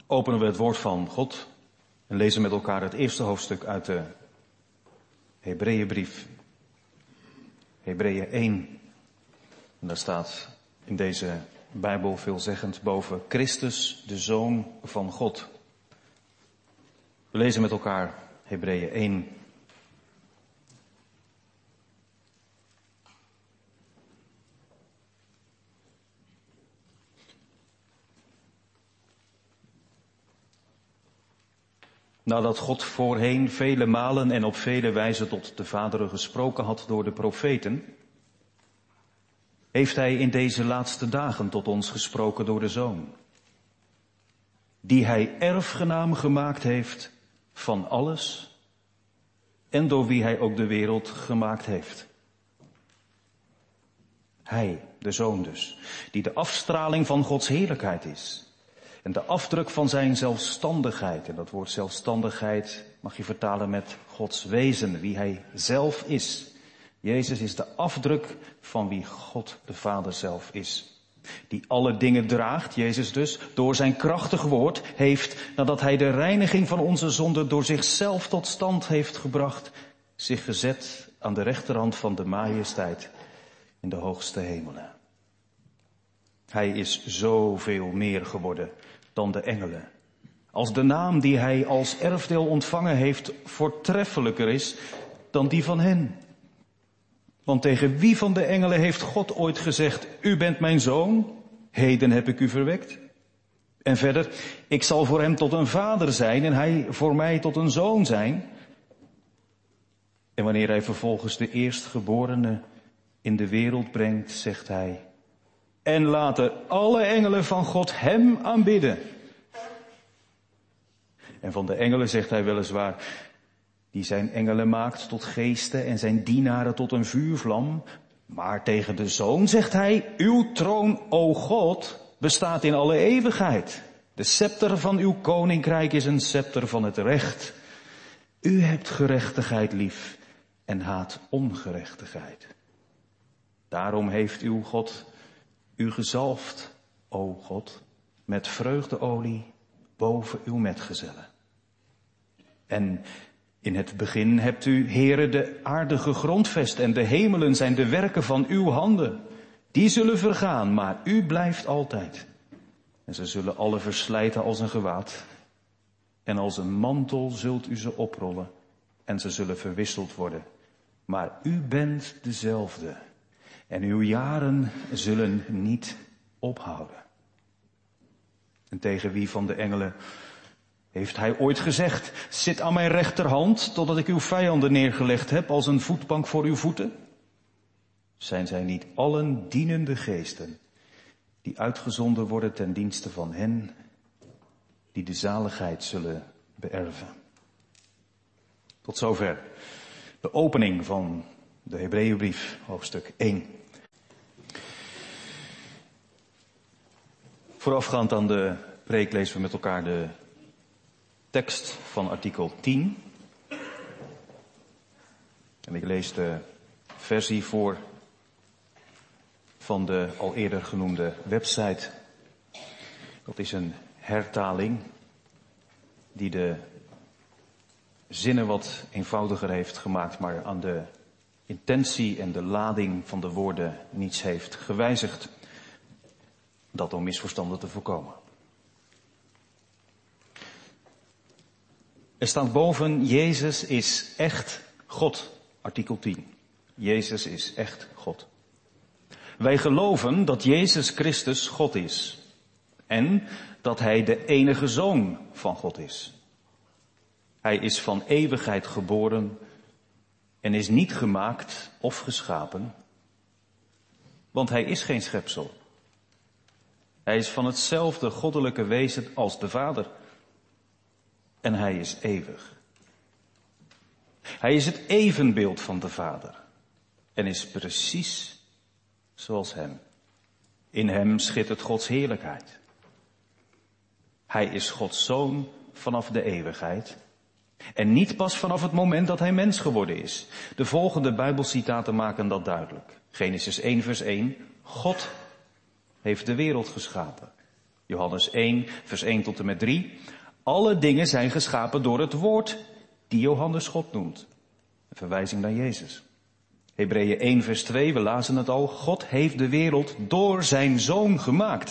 openen we het woord van God en lezen met elkaar het eerste hoofdstuk uit de Hebreeënbrief. Hebreeën 1. En daar staat in deze Bijbel veelzeggend boven: Christus, de Zoon van God. We lezen met elkaar Hebreeën 1. Nadat God voorheen vele malen en op vele wijzen tot de vaderen gesproken had door de profeten, heeft hij in deze laatste dagen tot ons gesproken door de Zoon, die hij erfgenaam gemaakt heeft van alles en door wie hij ook de wereld gemaakt heeft. Hij, de Zoon dus, die de afstraling van Gods heerlijkheid is en de afdruk van zijn zelfstandigheid. En dat woord zelfstandigheid mag je vertalen met Gods wezen, wie hij zelf is. Jezus is de afdruk van wie God de Vader zelf is. Die alle dingen draagt, Jezus dus, door zijn krachtig woord heeft, nadat hij de reiniging van onze zonde door zichzelf tot stand heeft gebracht, zich gezet aan de rechterhand van de majesteit in de hoogste hemelen. Hij is zoveel meer geworden dan de engelen. Als de naam die hij als erfdeel ontvangen heeft voortreffelijker is dan die van hen. Want tegen wie van de engelen heeft God ooit gezegd: u bent mijn zoon, heden heb ik u verwekt? En verder: ik zal voor hem tot een vader zijn en hij voor mij tot een zoon zijn. En wanneer hij vervolgens de eerstgeborene in de wereld brengt, zegt hij: en laten alle engelen van God hem aanbidden. En van de engelen zegt hij weliswaar: die zijn engelen maakt tot geesten en zijn dienaren tot een vuurvlam. Maar tegen de Zoon zegt hij: uw troon, o God, bestaat in alle eeuwigheid. De scepter van uw koninkrijk is een scepter van het recht. U hebt gerechtigheid lief en haat ongerechtigheid. Daarom heeft uw God u gezalfd, o God, met vreugdeolie boven uw metgezellen. En in het begin hebt u, Heere, de aarde gegrondvest en de hemelen zijn de werken van uw handen. Die zullen vergaan, maar u blijft altijd. En ze zullen alle verslijten als een gewaad. En als een mantel zult u ze oprollen en ze zullen verwisseld worden. Maar u bent dezelfde en uw jaren zullen niet ophouden. En tegen wie van de engelen heeft hij ooit gezegd: zit aan mijn rechterhand totdat ik uw vijanden neergelegd heb als een voetbank voor uw voeten? Zijn zij niet allen dienende geesten die uitgezonden worden ten dienste van hen die de zaligheid zullen beërven? Tot zover de opening van de Hebreeënbrief, hoofdstuk 1. Voorafgaand aan de preek lezen we met elkaar de tekst van artikel 10. En ik lees de versie voor van de al eerder genoemde website. Dat is een hertaling die de zinnen wat eenvoudiger heeft gemaakt, maar aan de intentie en de lading van de woorden niets heeft gewijzigd. Dat om misverstanden te voorkomen. Er staat boven: Jezus is echt God. Artikel 10. Jezus is echt God. Wij geloven dat Jezus Christus God is. En dat hij de enige Zoon van God is. Hij is van eeuwigheid geboren en is niet gemaakt of geschapen. Want hij is geen schepsel. Hij is van hetzelfde goddelijke wezen als de Vader. En hij is eeuwig. Hij is het evenbeeld van de Vader. En is precies zoals hem. In hem schittert Gods heerlijkheid. Hij is Gods Zoon vanaf de eeuwigheid. En niet pas vanaf het moment dat hij mens geworden is. De volgende Bijbelcitaten maken dat duidelijk. Genesis 1 vers 1. God heeft de wereld geschapen. Johannes 1, vers 1 tot en met 3. Alle dingen zijn geschapen door het woord die Johannes God noemt. Een verwijzing naar Jezus. Hebreeën 1, vers 2, we lazen het al. God heeft de wereld door zijn Zoon gemaakt.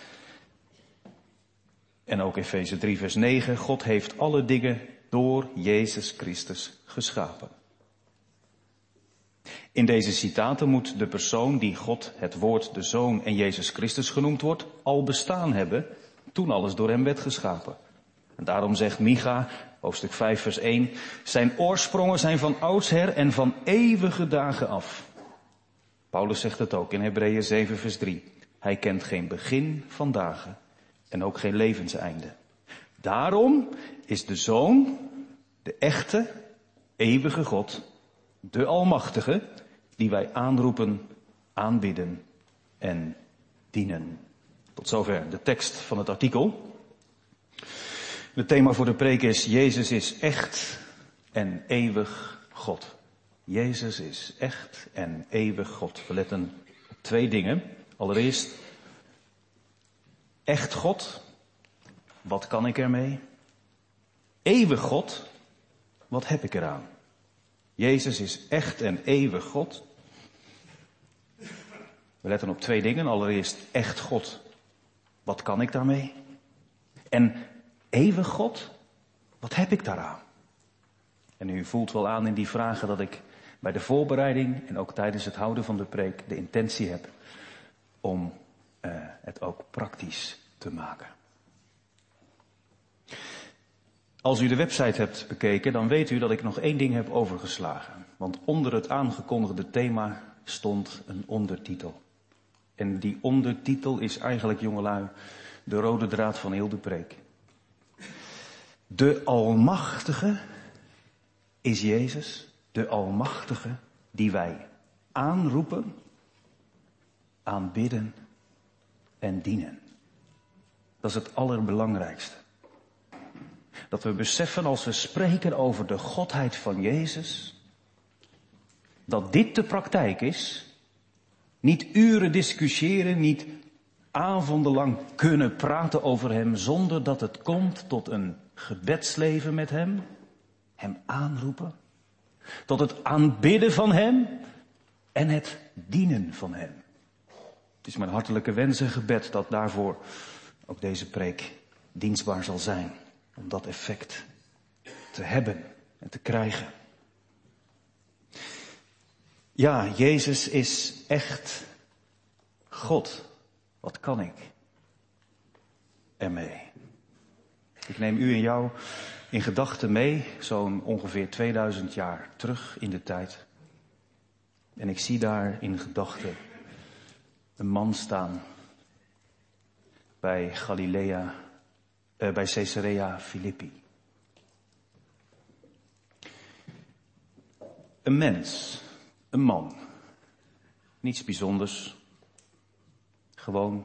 En ook Efeze 3, vers 9. God heeft alle dingen door Jezus Christus geschapen. In deze citaten moet de persoon die God, het woord, de Zoon en Jezus Christus genoemd wordt, al bestaan hebben toen alles door hem werd geschapen. En daarom zegt Micha, hoofdstuk 5 vers 1, zijn oorsprongen zijn van oudsher en van eeuwige dagen af. Paulus zegt het ook in Hebreeën 7 vers 3. Hij kent geen begin van dagen en ook geen levenseinde. Daarom is de Zoon, de echte, eeuwige God, de Almachtige, die wij aanroepen, aanbidden en dienen. Tot zover de tekst van het artikel. Het thema voor de preek is: Jezus is echt en eeuwig God. Jezus is echt en eeuwig God. We letten op twee dingen. Allereerst, echt God. Wat kan ik ermee? Eeuwig God. Wat heb ik eraan? Jezus is echt en eeuwig God. We letten op twee dingen. Allereerst, echt God. Wat kan ik daarmee? En eeuwig God, wat heb ik daaraan? En u voelt wel aan in die vragen dat ik bij de voorbereiding en ook tijdens het houden van de preek de intentie heb om het ook praktisch te maken. Als u de website hebt bekeken, dan weet u dat ik nog één ding heb overgeslagen. Want onder het aangekondigde thema stond een ondertitel. En die ondertitel is eigenlijk, jongelui, de rode draad van heel de preek. De Almachtige is Jezus, de Almachtige die wij aanroepen, aanbidden en dienen. Dat is het allerbelangrijkste. Dat we beseffen als we spreken over de Godheid van Jezus, dat dit de praktijk is. Niet uren discussiëren, niet avondenlang kunnen praten over hem zonder dat het komt tot een gebedsleven met hem. Hem aanroepen. Tot het aanbidden van hem en het dienen van hem. Het is mijn hartelijke wens en gebed dat daarvoor ook deze preek dienstbaar zal zijn. Om dat effect te hebben en te krijgen. Ja, Jezus is echt God. Wat kan ik ermee? Ik neem u en jou in gedachten mee, zo'n ongeveer 2000 jaar terug in de tijd. En ik zie daar in gedachten een man staan bij bij Caesarea Philippi. Een mens, een man, niets bijzonders, gewoon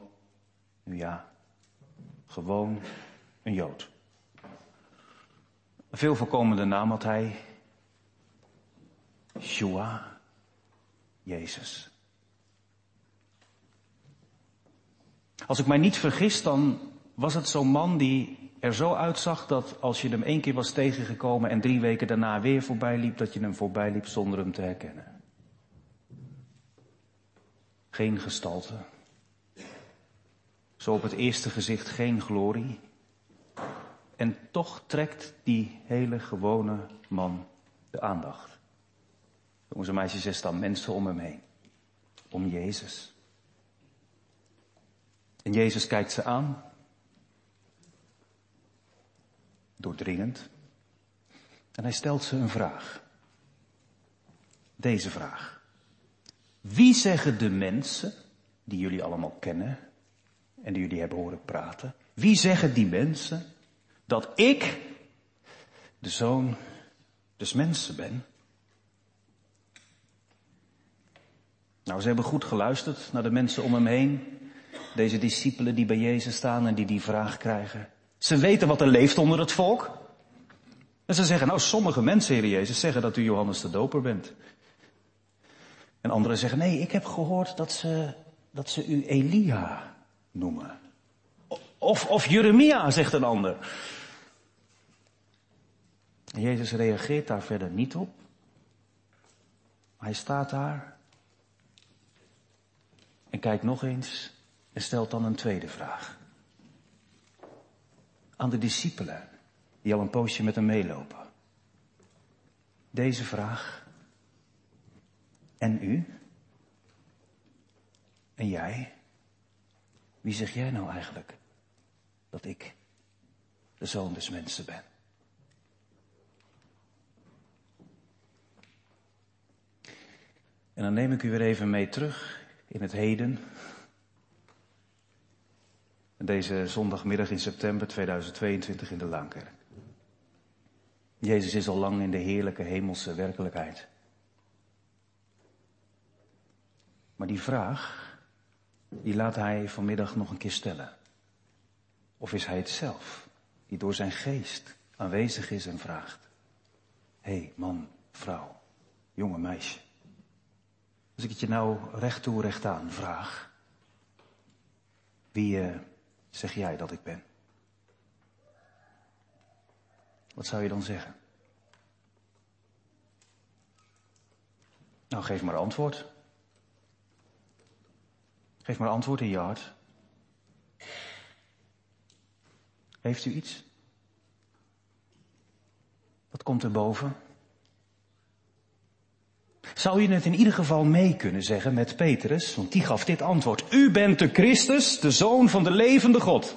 een Jood. Een veel voorkomende naam had hij, Yeshua, Jezus. Als ik mij niet vergis, dan was het zo'n man die er zo uitzag dat als je hem 1 keer was tegengekomen en 3 weken daarna weer voorbij liep, dat je hem voorbij liep zonder hem te herkennen. Geen gestalte. Zo op het eerste gezicht geen glorie. En toch trekt die hele gewone man de aandacht. Jongens en meisjes, er staan mensen om hem heen. Om Jezus. En Jezus kijkt ze aan. Doordringend. En hij stelt ze een vraag. Deze vraag. Wie zeggen de mensen, die jullie allemaal kennen en die jullie hebben horen praten, wie zeggen die mensen dat ik de Zoon des Mensen ben? Nou, ze hebben goed geluisterd naar de mensen om hem heen. Deze discipelen die bij Jezus staan en die vraag krijgen. Ze weten wat er leeft onder het volk. En ze zeggen, nou, sommige mensen, Heer Jezus, zeggen dat u Johannes de Doper bent. En anderen zeggen, nee, ik heb gehoord dat ze u Elia noemen. Of Jeremia, zegt een ander. En Jezus reageert daar verder niet op. Hij staat daar en kijkt nog eens en stelt dan een tweede vraag. Aan de discipelen die al een poosje met hem meelopen. Deze vraag. En u? En jij? Wie zeg jij nou eigenlijk dat ik de Zoon des Mensen ben? En dan neem ik u weer even mee terug in het heden. Deze zondagmiddag in september 2022 in de Laankerk. Jezus is al lang in de heerlijke hemelse werkelijkheid. Maar die vraag, die laat hij vanmiddag nog een keer stellen. Of is hij het zelf, die door zijn geest aanwezig is en vraagt. Hé, man, vrouw, jonge meisje. Als ik het je nou recht toe recht aan vraag. Wie zeg jij dat ik ben? Wat zou je dan zeggen? Nou, geef maar antwoord. Geef maar antwoord in je hart. Heeft u iets? Wat komt er boven? Zou je het in ieder geval mee kunnen zeggen met Petrus? Want die gaf dit antwoord. U bent de Christus, de Zoon van de levende God.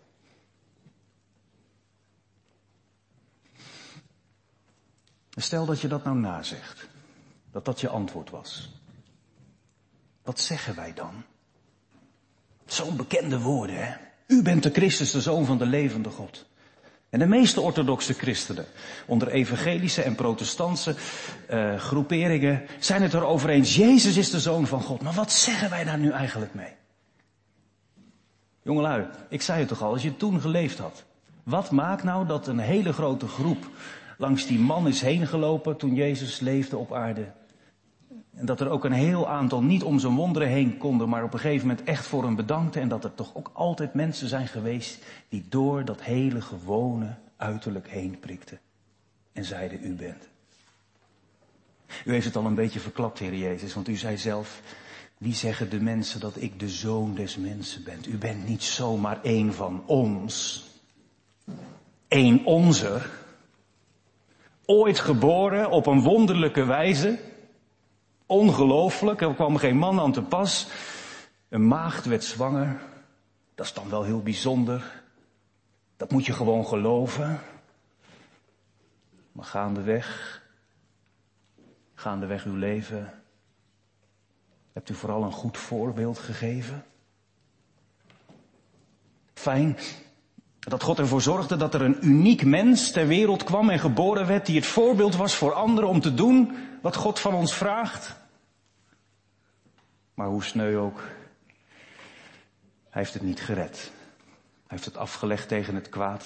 Stel dat je dat nou nazegt. Dat dat je antwoord was. Wat zeggen wij dan? Zo'n bekende woorden, hè? U bent de Christus, de Zoon van de levende God. En de meeste orthodoxe christenen, onder evangelische en protestantse groeperingen, zijn het erover eens. Jezus is de Zoon van God. Maar wat zeggen wij daar nu eigenlijk mee? Jongelui, ik zei het toch al, als je toen geleefd had. Wat maakt nou dat een hele grote groep langs die man is heen gelopen toen Jezus leefde op aarde? En dat er ook een heel aantal niet om zijn wonderen heen konden, maar op een gegeven moment echt voor hem bedankten. En dat er toch ook altijd mensen zijn geweest die door dat hele gewone uiterlijk heen prikten. En zeiden, u bent. U heeft het al een beetje verklapt, Heer Jezus, want u zei zelf, wie zeggen de mensen dat ik de Zoon des Mensen ben? U bent niet zomaar één van ons. Eén onzer. Ooit geboren op een wonderlijke wijze. Ongelooflijk, er kwam geen man aan te pas. Een maagd werd zwanger. Dat is dan wel heel bijzonder. Dat moet je gewoon geloven. Maar gaandeweg uw leven, hebt u vooral een goed voorbeeld gegeven. Fijn dat God ervoor zorgde dat er een uniek mens ter wereld kwam en geboren werd, die het voorbeeld was voor anderen om te doen wat God van ons vraagt. Maar hoe sneu ook, hij heeft het niet gered. Hij heeft het afgelegd tegen het kwaad.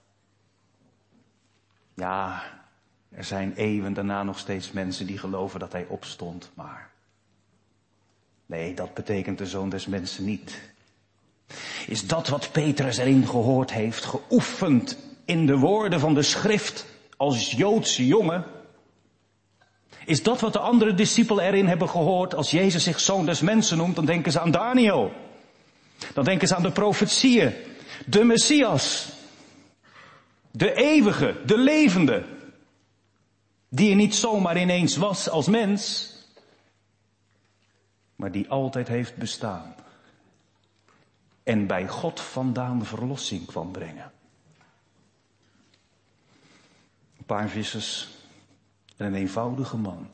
Ja, er zijn eeuwen daarna nog steeds mensen die geloven dat hij opstond, maar nee, dat betekent de Zoon des Mensen niet. Is dat wat Petrus erin gehoord heeft, geoefend in de woorden van de schrift als Joodse jongen? Is dat wat de andere discipelen erin hebben gehoord als Jezus zich Zoon des Mensen noemt? Dan denken ze aan Daniel. Dan denken ze aan de profetieën. De Messias. De eeuwige, de levende. Die er niet zomaar ineens was als mens, maar die altijd heeft bestaan. En bij God vandaan verlossing kwam brengen. Een paar vissers en een eenvoudige man.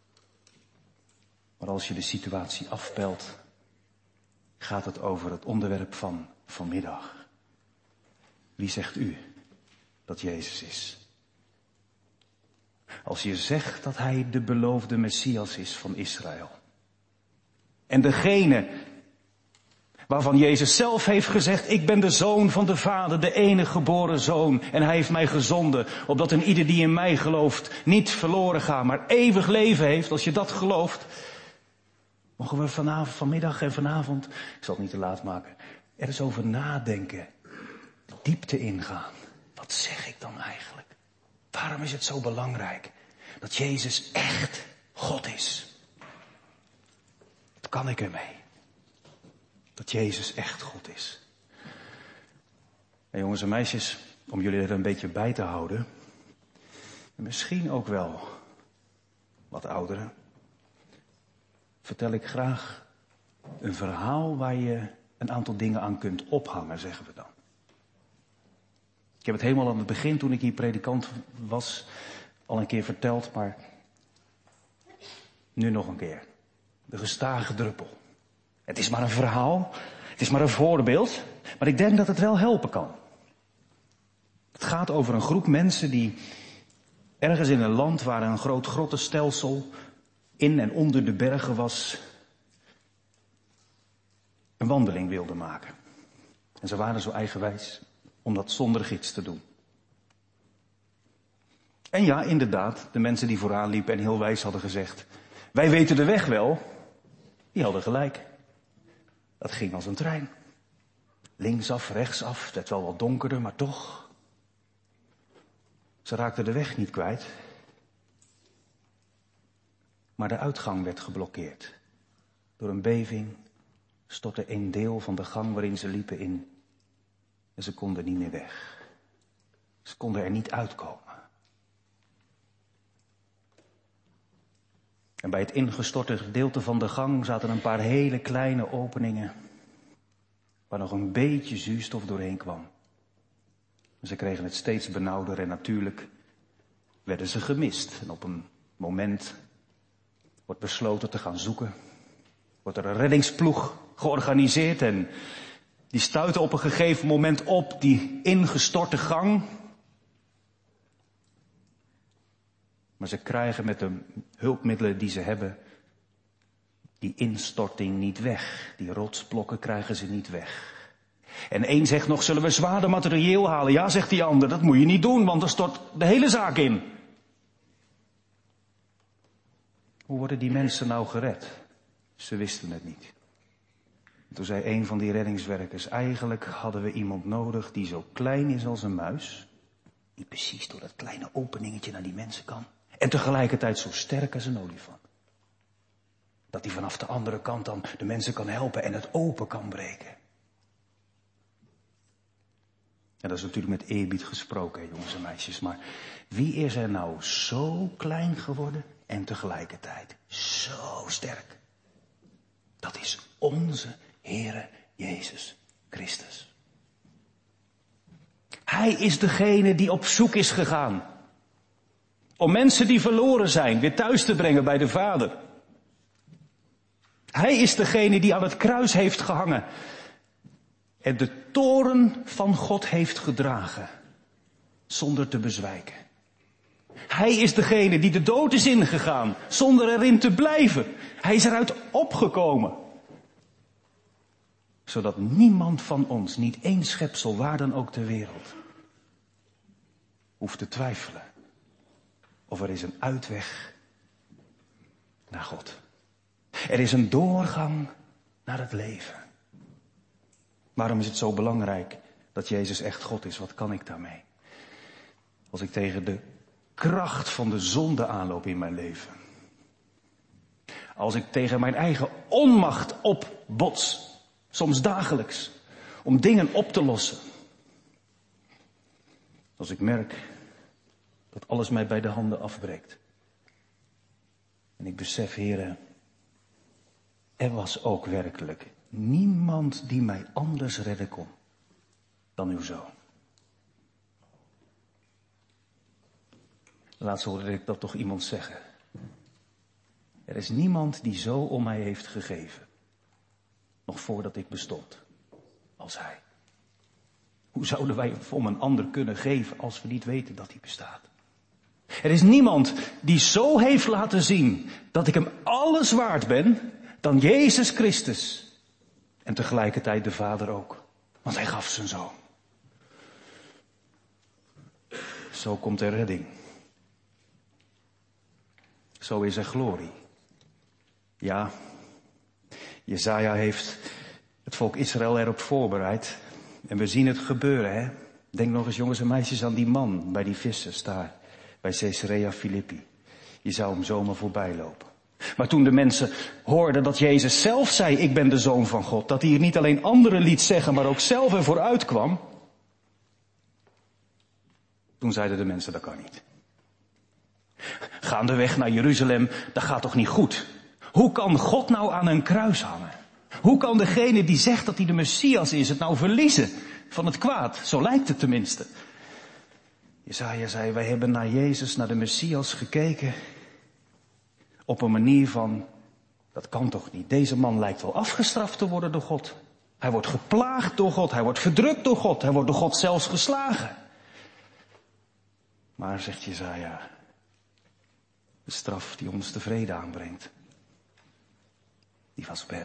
Maar als je de situatie afpelt, gaat het over het onderwerp van vanmiddag. Wie zegt u dat Jezus is? Als je zegt dat hij de beloofde Messias is van Israël. En degene waarvan Jezus zelf heeft gezegd, ik ben de Zoon van de Vader, de enige geboren Zoon. En hij heeft mij gezonden, opdat een ieder die in mij gelooft niet verloren gaat, maar eeuwig leven heeft. Als je dat gelooft, mogen we vanmiddag en vanavond, ik zal het niet te laat maken, er eens over nadenken. diepte ingaan. Wat zeg ik dan eigenlijk? Waarom is het zo belangrijk dat Jezus echt God is? Wat kan ik ermee? Dat Jezus echt God is. En jongens en meisjes, om jullie er een beetje bij te houden. En misschien ook wel wat ouderen. Vertel ik graag een verhaal waar je een aantal dingen aan kunt ophangen, zeggen we dan. Ik heb het helemaal aan het begin, toen ik hier predikant was, al een keer verteld, maar nu nog een keer. De gestage druppel. Het is maar een verhaal, het is maar een voorbeeld, maar ik denk dat het wel helpen kan. Het gaat over een groep mensen die ergens in een land waar een groot grottenstelsel in en onder de bergen was, een wandeling wilden maken. En ze waren zo eigenwijs om dat zonder gids te doen. En ja, inderdaad, de mensen die vooraan liepen en heel wijs hadden gezegd, wij weten de weg wel, die hadden gelijk. Dat ging als een trein. Linksaf, rechtsaf, het werd wel wat donkerder, maar toch. Ze raakten de weg niet kwijt. Maar de uitgang werd geblokkeerd. Door een beving stortte een deel van de gang waarin ze liepen in. En ze konden niet meer weg. Ze konden er niet uitkomen. En bij het ingestorte gedeelte van de gang zaten een paar hele kleine openingen, waar nog een beetje zuurstof doorheen kwam. Ze kregen het steeds benauwder en natuurlijk werden ze gemist. En op een moment wordt besloten te gaan zoeken. Wordt er een reddingsploeg georganiseerd en die stuiten op een gegeven moment op die ingestorte gang. Maar ze krijgen met de hulpmiddelen die ze hebben die instorting niet weg. Die rotsblokken krijgen ze niet weg. En één zegt nog, zullen we zwaarder materieel halen? Ja, zegt die ander, dat moet je niet doen, want dan stort de hele zaak in. Hoe worden die mensen nou gered? Ze wisten het niet. Toen zei een van die reddingswerkers, eigenlijk hadden we iemand nodig die zo klein is als een muis. Die precies door dat kleine openingetje naar die mensen kan. En tegelijkertijd zo sterk als een olifant. Dat hij vanaf de andere kant dan de mensen kan helpen en het open kan breken. En dat is natuurlijk met eerbied gesproken, jongens en meisjes. Maar wie is er nou zo klein geworden en tegelijkertijd zo sterk? Dat is onze Heere Jezus Christus. Hij is degene die op zoek is gegaan. Om mensen die verloren zijn weer thuis te brengen bij de Vader. Hij is degene die aan het kruis heeft gehangen. En de toorn van God heeft gedragen. Zonder te bezwijken. Hij is degene die de dood is ingegaan. Zonder erin te blijven. Hij is eruit opgekomen. Zodat niemand van ons, niet één schepsel, waar dan ook ter wereld, hoeft te twijfelen. Of er is een uitweg naar God. Er is een doorgang naar het leven. Waarom is het zo belangrijk dat Jezus echt God is? Wat kan ik daarmee? Als ik tegen de kracht van de zonde aanloop in mijn leven. Als ik tegen mijn eigen onmacht opbots. Soms dagelijks. Om dingen op te lossen. Als ik merk dat alles mij bij de handen afbreekt. En ik besef, Heere, er was ook werkelijk niemand die mij anders redden kon dan uw Zoon. Laatst hoorde ik dat toch iemand zeggen. Er is niemand die zo om mij heeft gegeven. Nog voordat ik bestond. Als hij. Hoe zouden wij om een ander kunnen geven als we niet weten dat hij bestaat? Er is niemand die zo heeft laten zien dat ik hem alles waard ben dan Jezus Christus. En tegelijkertijd de Vader ook. Want hij gaf zijn Zoon. Zo komt er redding. Zo is er glorie. Ja, Jesaja heeft het volk Israël erop voorbereid. En we zien het gebeuren, hè. Denk nog eens, jongens en meisjes, aan die man bij die vissers daar, bij Caesarea Philippi. Je zou hem zomaar voorbij lopen. Maar toen de mensen hoorden dat Jezus zelf zei, ik ben de Zoon van God, dat hij het niet alleen anderen liet zeggen, maar ook zelf ervoor uitkwam, toen zeiden de mensen, dat kan niet. Gaandeweg naar Jeruzalem, dat gaat toch niet goed? Hoe kan God nou aan een kruis hangen? Hoe kan degene die zegt dat hij de Messias is, het nou verliezen van het kwaad? Zo lijkt het tenminste. Jesaja zei, wij hebben naar Jezus, naar de Messias gekeken op een manier van, dat kan toch niet? Deze man lijkt wel afgestraft te worden door God. Hij wordt geplaagd door God, hij wordt verdrukt door God, hij wordt door God zelfs geslagen. Maar, zegt Jesaja, de straf die ons de vrede aanbrengt, die was op hem.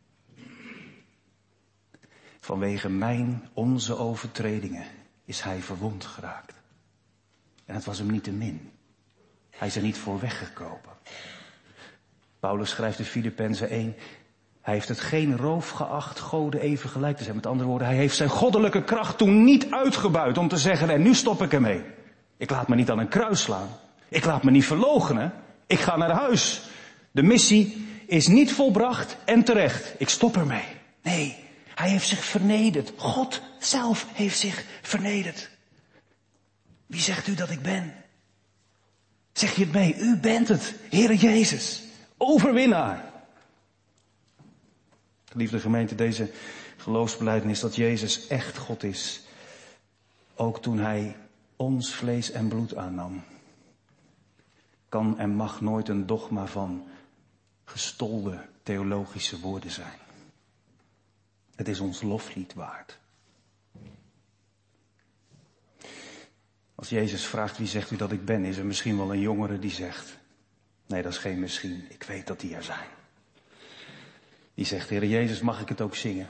Vanwege onze overtredingen is hij verwond geraakt. En het was hem niet te min. Hij is er niet voor weggekomen. Paulus schrijft in Filippenzen 1, hij heeft het geen roof geacht goden even gelijk te zijn. Met andere woorden, hij heeft zijn goddelijke kracht toen niet uitgebuit om te zeggen, en nu stop ik ermee. Ik laat me niet aan een kruis slaan. Ik laat me niet verloochenen. Ik ga naar huis. De missie is niet volbracht en terecht. Ik stop ermee. Nee, hij heeft zich vernederd. God zelf heeft zich vernederd. Wie zegt u dat ik ben? Zeg je het mee? U bent het, Heere Jezus. Overwinnaar. Geliefde gemeente, deze geloofsbelijdenis dat Jezus echt God is. Ook toen hij ons vlees en bloed aannam, kan en mag nooit een dogma van gestolde theologische woorden zijn. Het is ons loflied waard. Als Jezus vraagt, wie zegt u dat ik ben, is er misschien wel een jongere die zegt, nee, dat is geen misschien, ik weet dat die er zijn. Die zegt, Heere Jezus, mag ik het ook zingen?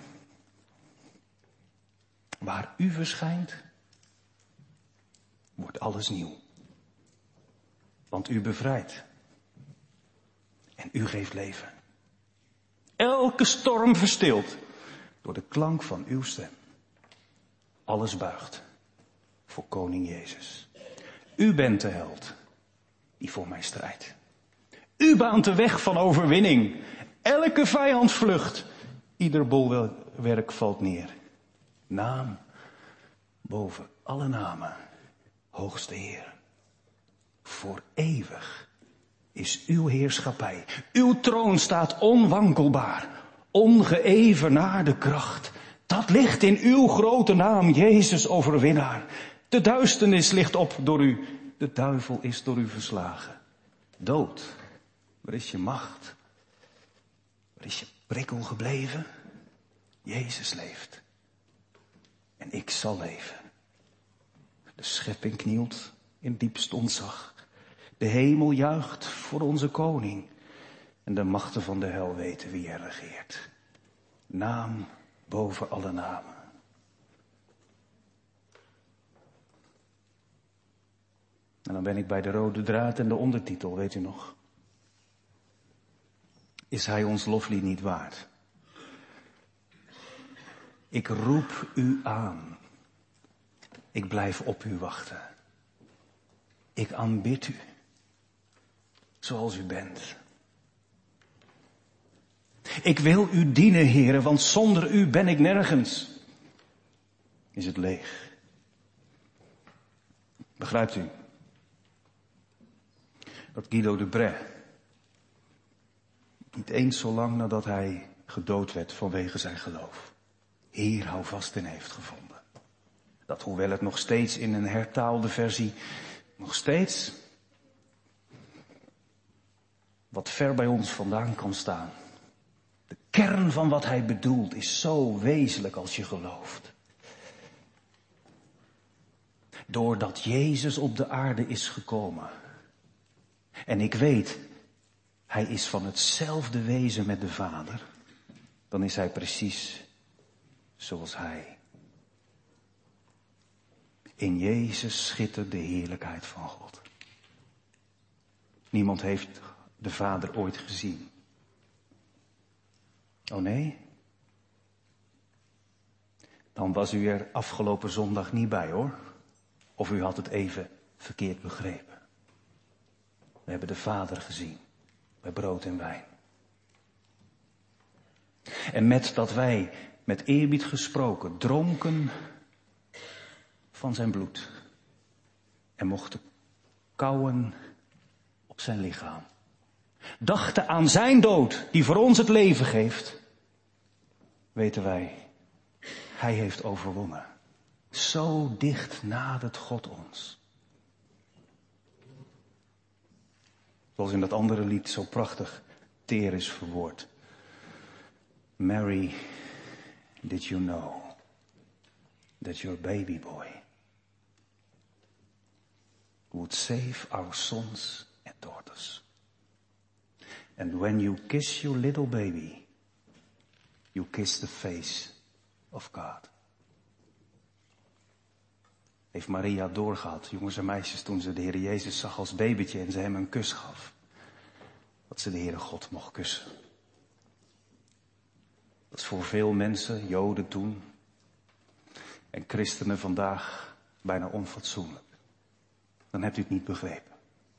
Waar u verschijnt, wordt alles nieuw. Want u bevrijdt. En u geeft leven. Elke storm verstilt door de klank van uw stem. Alles buigt voor koning Jezus. U bent de held die voor mij strijdt. U baant de weg van overwinning. Elke vijand vlucht. Ieder bolwerk valt neer. Naam boven alle namen. Hoogste Heer. Voor eeuwig is uw heerschappij. Uw troon staat onwankelbaar. Ongeëvenaarde kracht. Dat ligt in uw grote naam, Jezus overwinnaar. De duisternis ligt op door u. De duivel is door u verslagen. Dood, waar is je macht? Waar is je prikkel gebleven? Jezus leeft. En ik zal leven. De schepping knielt in diepst ontzag. De hemel juicht voor onze koning. En de machten van de hel weten wie er regeert. Naam boven alle namen. En dan ben ik bij de rode draad en de ondertitel, weet u nog? Is hij ons loflied niet waard? Ik roep u aan. Ik blijf op u wachten. Ik aanbid u. Zoals u bent. Ik wil u dienen, Heere, want zonder u ben ik nergens. Is het leeg. Begrijpt u? Dat Guido de Brès, niet eens zo lang nadat hij gedood werd vanwege zijn geloof, hier houvast in heeft gevonden. Dat hoewel het nog steeds in een hertaalde versie, nog steeds wat ver bij ons vandaan kan staan. De kern van wat hij bedoelt is zo wezenlijk als je gelooft. Doordat Jezus op de aarde is gekomen. En ik weet, hij is van hetzelfde wezen met de Vader. Dan is hij precies zoals hij. In Jezus schittert de heerlijkheid van God. Niemand heeft de Vader ooit gezien. Oh nee? dan was u er afgelopen zondag niet bij, hoor. Of u had het even verkeerd begrepen. We hebben de Vader gezien bij brood en wijn. En met dat wij, met eerbied gesproken, dronken van zijn bloed. En mochten kauwen op zijn lichaam. Dachten aan zijn dood, die voor ons het leven geeft. Weten wij, hij heeft overwonnen. Zo dicht nadert God ons. Zoals in dat andere lied zo prachtig teer is verwoord. Mary, did you know that your baby boy would save our sons and daughters? And when you kiss your little baby, you kiss the face of God. Heeft Maria doorgehad, jongens en meisjes, toen ze de Heer Jezus zag als babytje en ze hem een kus gaf. Dat ze de Heere God mocht kussen. Dat is voor veel mensen, Joden toen en christenen vandaag bijna onfatsoenlijk. Dan hebt u het niet begrepen.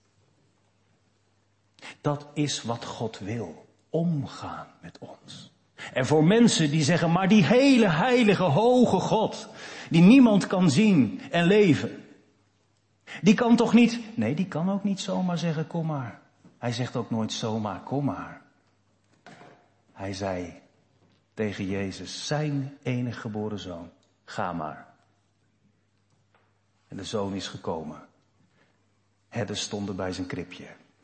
Dat is wat God wil, omgaan met ons. En voor mensen die zeggen, maar die hele heilige, hoge God, die niemand kan zien en leven, die kan toch niet, nee, die kan ook niet zomaar zeggen, kom maar. Hij zegt ook nooit zomaar, kom maar. Hij zei tegen Jezus, zijn enige geboren zoon, ga maar. En de zoon is gekomen. Herders stonden bij zijn kribje.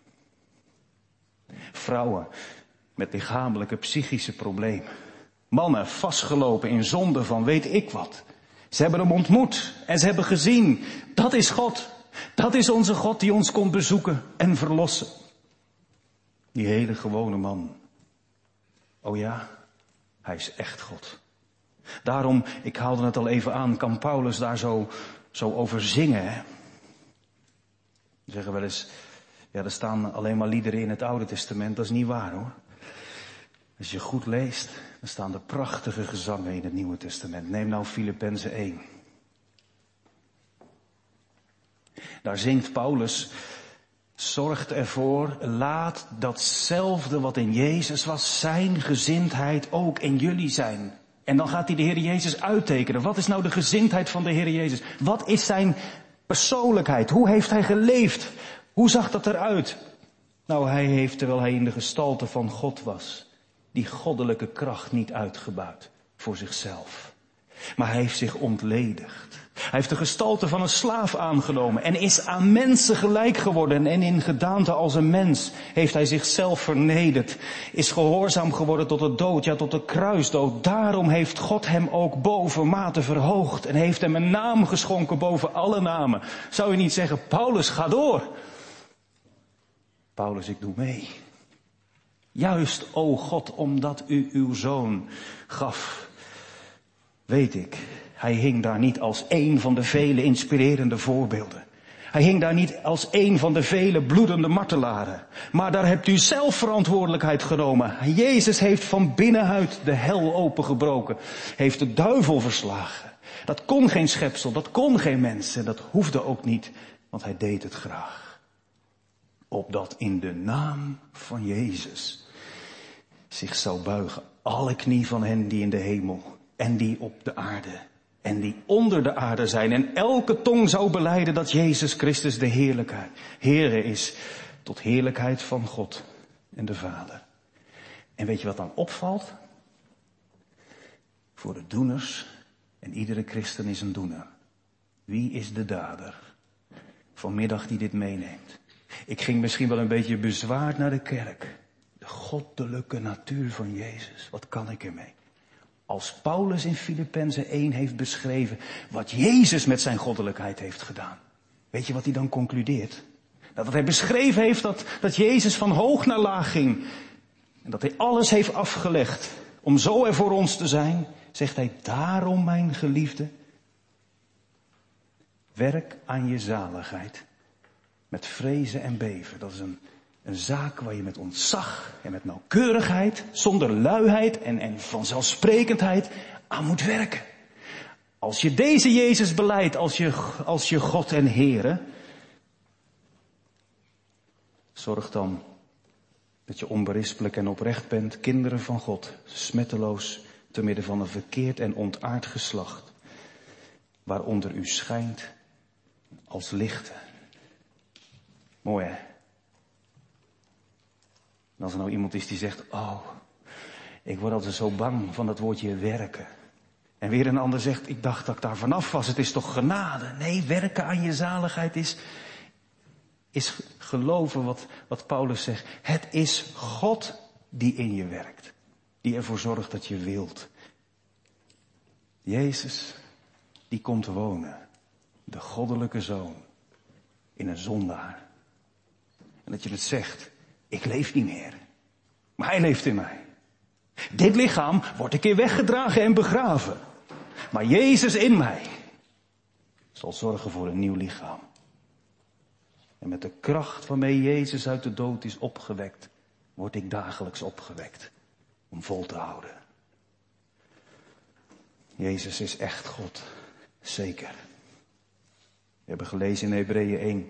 Vrouwen met lichamelijke, psychische problemen. Mannen vastgelopen in zonde van weet ik wat. Ze hebben hem ontmoet en ze hebben gezien, dat is God. Dat is onze God die ons komt bezoeken en verlossen. Die hele gewone man. Oh ja, hij is echt God. Daarom, ik haalde het al even aan, kan Paulus daar zo over zingen. Hè? We zeggen wel eens, ja, er staan alleen maar liederen in het Oude Testament. Dat is niet waar, hoor. Als je goed leest, dan staan er prachtige gezangen in het Nieuwe Testament. Neem nou Filippenzen 1. Daar zingt Paulus, zorgt ervoor, laat datzelfde wat in Jezus was, zijn gezindheid ook in jullie zijn. En dan gaat hij de Heer Jezus uittekenen. Wat is nou de gezindheid van de Heer Jezus? Wat is zijn persoonlijkheid? Hoe heeft hij geleefd? Hoe zag dat eruit? Nou, hij heeft, terwijl hij in de gestalte van God was, die goddelijke kracht niet uitgebuit voor zichzelf. Maar hij heeft zich ontledigd. Hij heeft de gestalte van een slaaf aangenomen en is aan mensen gelijk geworden. En in gedaante als een mens heeft hij zichzelf vernederd. Is gehoorzaam geworden tot de dood, ja tot de kruisdood. Daarom heeft God hem ook bovenmate verhoogd en heeft hem een naam geschonken boven alle namen. Zou je niet zeggen, Paulus, ga door. Paulus, ik doe mee. Juist, o God, omdat u uw zoon gaf, weet ik, hij hing daar niet als één van de vele inspirerende voorbeelden. Hij hing daar niet als één van de vele bloedende martelaren. Maar daar hebt u zelf verantwoordelijkheid genomen. Jezus heeft van binnenuit de hel opengebroken. Heeft de duivel verslagen. Dat kon geen schepsel, dat kon geen mens. En dat hoefde ook niet, want hij deed het graag. Opdat in de naam van Jezus zich zou buigen alle knie van hen die in de hemel en die op de aarde en die onder de aarde zijn. En elke tong zou belijden dat Jezus Christus de heerlijkheid, Heere is, tot heerlijkheid van God en de Vader. En weet je wat dan opvalt? Voor de doeners, en iedere christen is een doener. Wie is de dader vanmiddag die dit meeneemt? Ik ging misschien wel een beetje bezwaard naar de kerk. De goddelijke natuur van Jezus, wat kan ik ermee? Als Paulus in Filippenzen 1 heeft beschreven wat Jezus met zijn goddelijkheid heeft gedaan. Weet je wat hij dan concludeert? Dat hij beschreven heeft dat Jezus van hoog naar laag ging. En dat hij alles heeft afgelegd om zo er voor ons te zijn. Zegt hij, daarom mijn geliefde, werk aan je zaligheid met vrezen en beven. Dat is een zaak waar je met ontzag en met nauwkeurigheid, zonder luiheid en vanzelfsprekendheid aan moet werken. Als je deze Jezus belijdt als je God en Heere, zorg dan dat je onberispelijk en oprecht bent, kinderen van God, smetteloos te midden van een verkeerd en ontaard geslacht, waaronder u schijnt als lichten. Mooi, hè? En als er nou iemand is die zegt, ik word altijd zo bang van dat woordje werken. En weer een ander zegt, ik dacht dat ik daar vanaf was, het is toch genade. Nee, werken aan je zaligheid is geloven wat Paulus zegt. Het is God die in je werkt. Die ervoor zorgt dat je wilt. Jezus, die komt wonen. De goddelijke Zoon. In een zondaar. En dat je het zegt, ik leef niet meer. Maar hij leeft in mij. Dit lichaam wordt een keer weggedragen en begraven. Maar Jezus in mij zal zorgen voor een nieuw lichaam. En met de kracht waarmee Jezus uit de dood is opgewekt, word ik dagelijks opgewekt om vol te houden. Jezus is echt God, zeker. We hebben gelezen in Hebreeën 1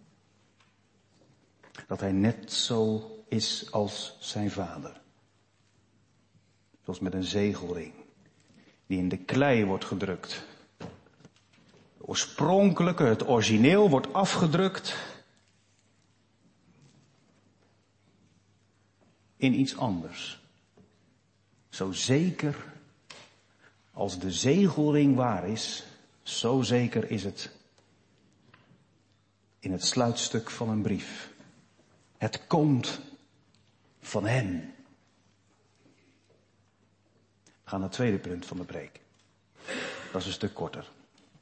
dat hij net zo is als zijn vader. Zoals met een zegelring die in de klei wordt gedrukt. De oorspronkelijke, het origineel wordt afgedrukt in iets anders. Zo zeker als de zegelring waar is, zo zeker is het in het sluitstuk van een brief. Het komt van hem. We gaan naar het tweede punt van de preek. Dat is een stuk korter.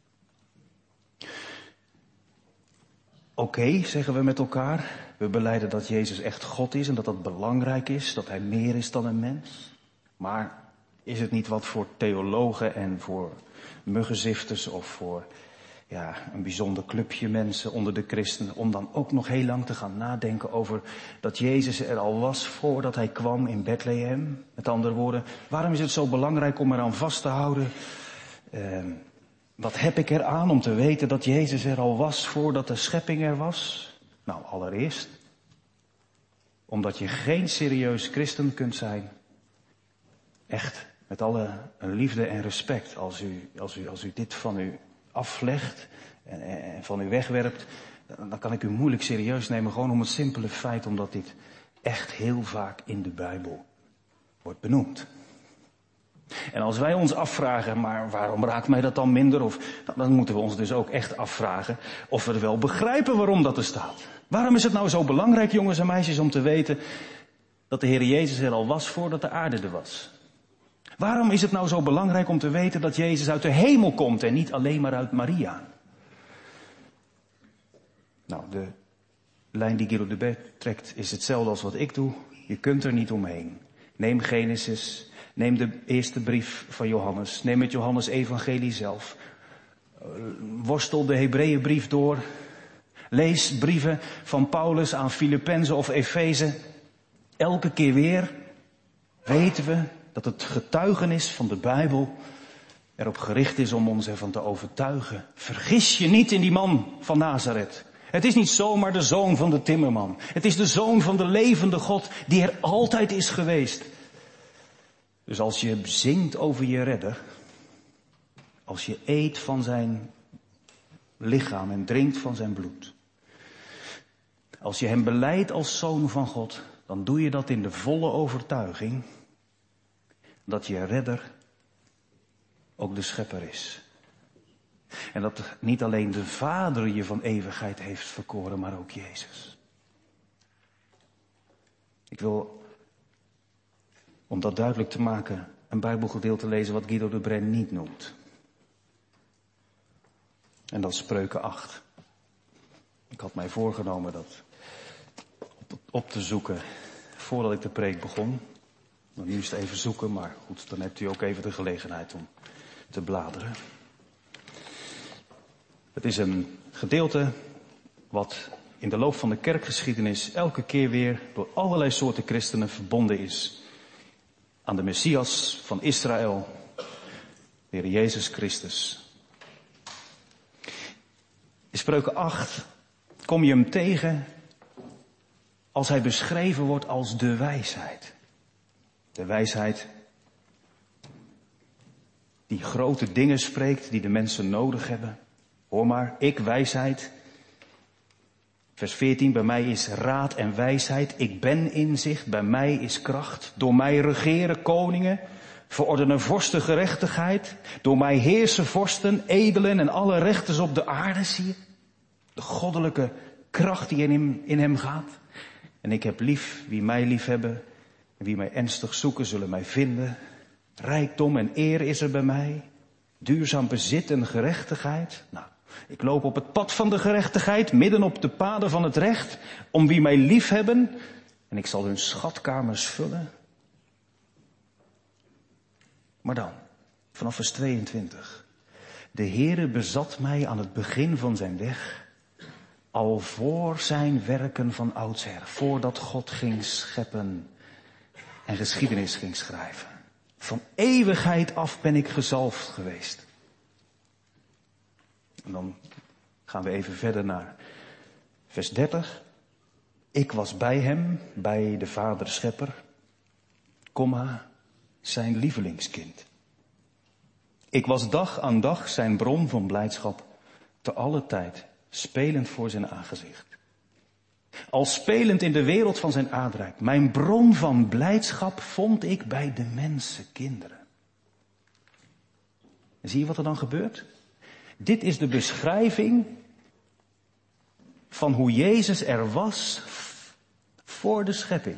Oké, zeggen we met elkaar. We belijden dat Jezus echt God is en dat dat belangrijk is. Dat hij meer is dan een mens. Maar is het niet wat voor theologen en voor muggenzifters of voor een bijzonder clubje mensen onder de christenen, om dan ook nog heel lang te gaan nadenken over dat Jezus er al was voordat hij kwam in Bethlehem? Met andere woorden, waarom is het zo belangrijk om eraan vast te houden? Wat heb ik eraan om te weten dat Jezus er al was voordat de schepping er was? Nou, allereerst, omdat je geen serieus christen kunt zijn, echt met alle liefde en respect, als u dit van u aflegt en van u wegwerpt, dan kan ik u moeilijk serieus nemen, gewoon om het simpele feit omdat dit echt heel vaak in de Bijbel wordt benoemd. En als wij ons afvragen, maar waarom raakt mij dat dan minder? Dan moeten we ons dus ook echt afvragen of we wel begrijpen waarom dat er staat. Waarom is het nou zo belangrijk, jongens en meisjes, om te weten dat de Heer Jezus er al was voordat de aarde er was? Waarom is het nou zo belangrijk om te weten dat Jezus uit de hemel komt en niet alleen maar uit Maria? Nou, de lijn die Guido de Bert trekt is hetzelfde als wat ik doe. Je kunt er niet omheen. Neem Genesis, neem de eerste brief van Johannes, neem het Johannes-evangelie zelf. Worstel de Hebreeënbrief door. Lees brieven van Paulus aan Filippenzen of Efeze. Elke keer weer weten we dat het getuigenis van de Bijbel erop gericht is om ons ervan te overtuigen. Vergis je niet in die man van Nazareth. Het is niet zomaar de zoon van de timmerman. Het is de zoon van de levende God die er altijd is geweest. Dus als je zingt over je redder, als je eet van zijn lichaam en drinkt van zijn bloed, als je hem belijdt als zoon van God, dan doe je dat in de volle overtuiging dat je redder ook de schepper is. En dat niet alleen de Vader je van eeuwigheid heeft verkoren, maar ook Jezus. Ik wil, om dat duidelijk te maken, een Bijbelgedeelte lezen wat Guido de Bren niet noemt. En dat is Spreuken 8. Ik had mij voorgenomen dat op te zoeken voordat ik de preek begon. Nou, nu is het even zoeken, maar goed, dan hebt u ook even de gelegenheid om te bladeren. Het is een gedeelte wat in de loop van de kerkgeschiedenis elke keer weer door allerlei soorten christenen verbonden is aan de Messias van Israël. Heer Jezus Christus. In Spreuken 8 kom je hem tegen als hij beschreven wordt als de wijsheid. De wijsheid die grote dingen spreekt, die de mensen nodig hebben. Hoor maar, ik wijsheid. Vers 14, bij mij is raad en wijsheid. Ik ben inzicht, bij mij is kracht. Door mij regeren koningen, verordenen vorsten gerechtigheid. Door mij heersen vorsten, edelen en alle rechters op de aarde, zie je. De goddelijke kracht die in hem gaat. En ik heb lief wie mij lief hebben. En wie mij ernstig zoeken, zullen mij vinden. Rijkdom en eer is er bij mij. Duurzaam bezit en gerechtigheid. Nou, ik loop op het pad van de gerechtigheid, midden op de paden van het recht, om wie mij lief hebben. En ik zal hun schatkamers vullen. Maar dan, vanaf vers 22. De Heere bezat mij aan het begin van zijn weg, al voor zijn werken van oudsher, voordat God ging scheppen en geschiedenis ging schrijven. Van eeuwigheid af ben ik gezalfd geweest. En dan gaan we even verder naar vers 30. Ik was bij hem, bij de Vader Schepper, zijn lievelingskind. Ik was dag aan dag zijn bron van blijdschap, te alle tijd, spelend voor zijn aangezicht. Al spelend in de wereld van zijn aardrijk. Mijn bron van blijdschap vond ik bij de mensenkinderen. En zie je wat er dan gebeurt? Dit is de beschrijving van hoe Jezus er was voor de schepping.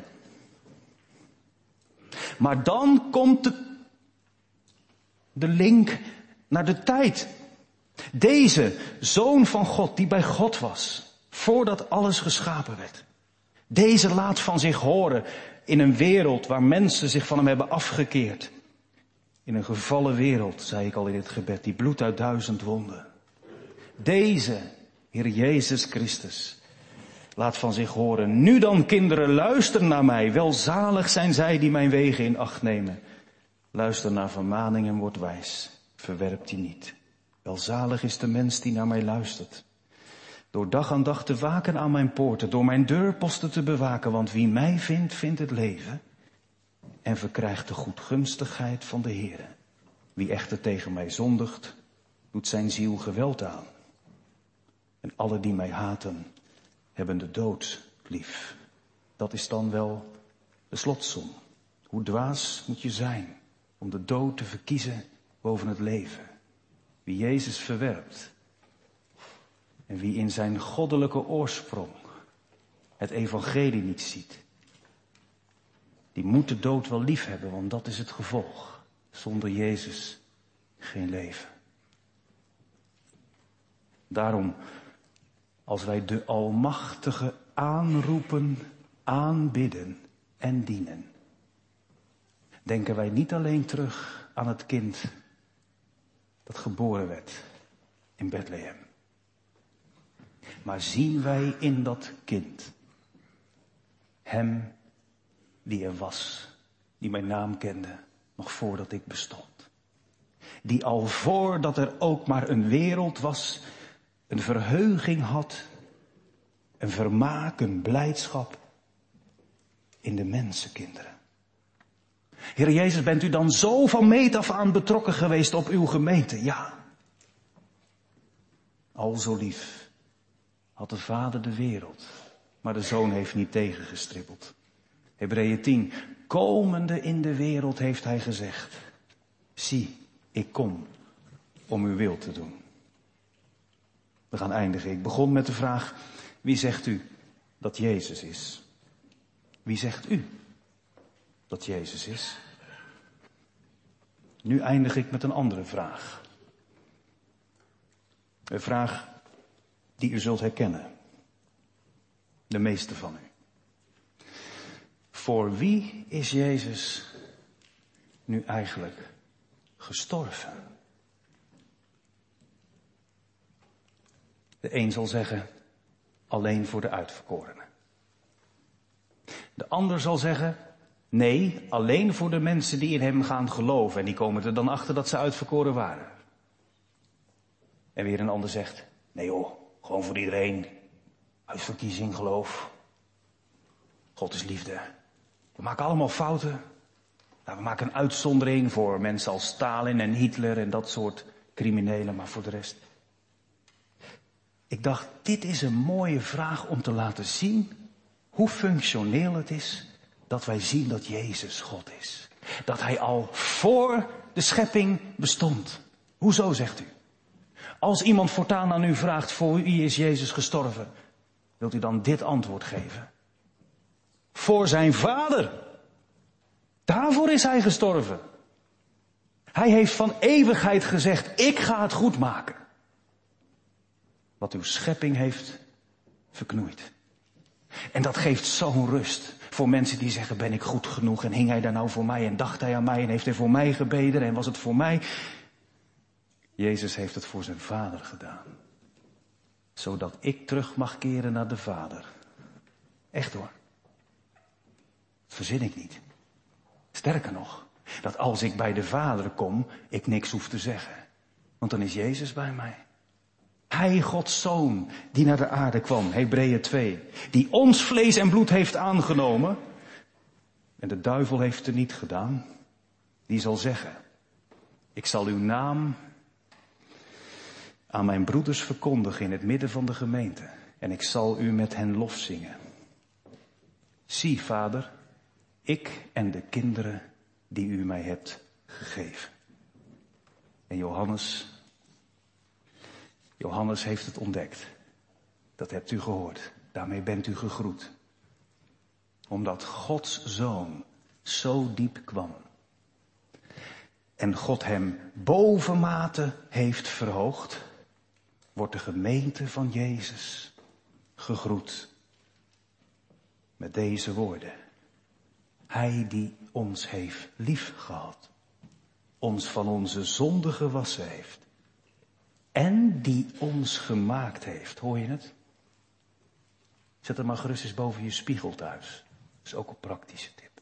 Maar dan komt de link naar de tijd. Deze Zoon van God die bij God was, voordat alles geschapen werd. Deze laat van zich horen in een wereld waar mensen zich van hem hebben afgekeerd. In een gevallen wereld, zei ik al in het gebed, die bloedt uit 1000 wonden. Deze, Heer Jezus Christus, laat van zich horen. Nu dan, kinderen, luister naar mij. Welzalig zijn zij die mijn wegen in acht nemen. Luister naar vermaning en word wijs. Verwerp die niet. Welzalig is de mens die naar mij luistert. Door dag aan dag te waken aan mijn poorten, door mijn deurposten te bewaken, want wie mij vindt, vindt het leven en verkrijgt de goedgunstigheid van de Heere. Wie echter tegen mij zondigt, doet zijn ziel geweld aan. En alle die mij haten, hebben de dood lief. Dat is dan wel de slotsom. Hoe dwaas moet je zijn om de dood te verkiezen boven het leven. Wie Jezus verwerpt en wie in zijn goddelijke oorsprong het evangelie niet ziet, die moet de dood wel lief hebben, want dat is het gevolg. Zonder Jezus geen leven. Daarom, als wij de Almachtige aanroepen, aanbidden en dienen, denken wij niet alleen terug aan het kind dat geboren werd in Bethlehem. Maar zien wij in dat kind hem die er was, die mijn naam kende, nog voordat ik bestond. Die al voordat er ook maar een wereld was, een verheuging had, een vermaak, een blijdschap in de mensenkinderen. Heer Jezus, bent u dan zo van meet af aan betrokken geweest op uw gemeente? Ja. Al zo lief had de Vader de wereld, maar de Zoon heeft niet tegengestribbeld. Hebreeën 10, komende in de wereld heeft hij gezegd, zie, ik kom om uw wil te doen. We gaan eindigen. Ik begon met de vraag, wie zegt u dat Jezus is? Wie zegt u dat Jezus is? Nu eindig ik met een andere vraag. Een vraag die u zult herkennen. De meeste van u. Voor wie is Jezus nu eigenlijk gestorven? De een zal zeggen, alleen voor de uitverkorenen. De ander zal zeggen, Nee, alleen voor de mensen die in hem gaan geloven. En die komen er dan achter dat ze uitverkoren waren. En weer een ander zegt, nee joh, gewoon voor iedereen. Uit verkiezing, geloof. God is liefde. We maken allemaal fouten. Nou, we maken een uitzondering voor mensen als Stalin en Hitler en dat soort criminelen, maar voor de rest. Ik dacht, dit is een mooie vraag om te laten zien hoe functioneel het is dat wij zien dat Jezus God is. Dat hij al voor de schepping bestond. Hoezo, zegt u? Als iemand voortaan aan u vraagt, voor wie is Jezus gestorven? Wilt u dan dit antwoord geven? Voor zijn Vader. Daarvoor is hij gestorven. Hij heeft van eeuwigheid gezegd, ik ga het goed maken. Wat uw schepping heeft verknoeid. En dat geeft zo'n rust voor mensen die zeggen, ben ik goed genoeg en hing hij daar nou voor mij en dacht hij aan mij en heeft hij voor mij gebeden en was het voor mij? Jezus heeft het voor zijn Vader gedaan. Zodat ik terug mag keren naar de Vader. Echt hoor. Dat verzin ik niet. Sterker nog, dat als ik bij de Vader kom, ik niks hoef te zeggen. Want dan is Jezus bij mij. Hij, Gods Zoon, die naar de aarde kwam, Hebreeën 2. Die ons vlees en bloed heeft aangenomen. En de duivel heeft het er niet gedaan. Die zal zeggen, ik zal uw naam aan mijn broeders verkondigen in het midden van de gemeente. En ik zal u met hen lof zingen. Zie, Vader, ik en de kinderen die u mij hebt gegeven. En Johannes heeft het ontdekt. Dat hebt u gehoord. Daarmee bent u gegroet. Omdat Gods Zoon zo diep kwam. En God hem bovenmate heeft verhoogd. Wordt de gemeente van Jezus gegroet. Met deze woorden. Hij die ons heeft lief gehad. Ons van onze zonde gewassen heeft. En die ons gemaakt heeft. Hoor je het? Zet er maar gerust eens boven je spiegel thuis. Dat is ook een praktische tip.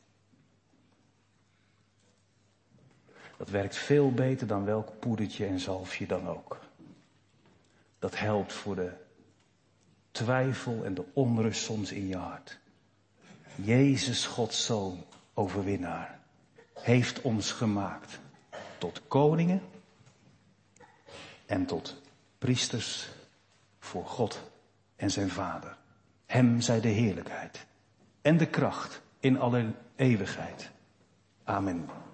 Dat werkt veel beter dan welk poedertje en zalfje dan ook. Dat helpt voor de twijfel en de onrust soms in je hart. Jezus, Gods Zoon, overwinnaar, heeft ons gemaakt tot koningen en tot priesters voor God en zijn Vader. Hem zij de heerlijkheid en de kracht in alle eeuwigheid. Amen.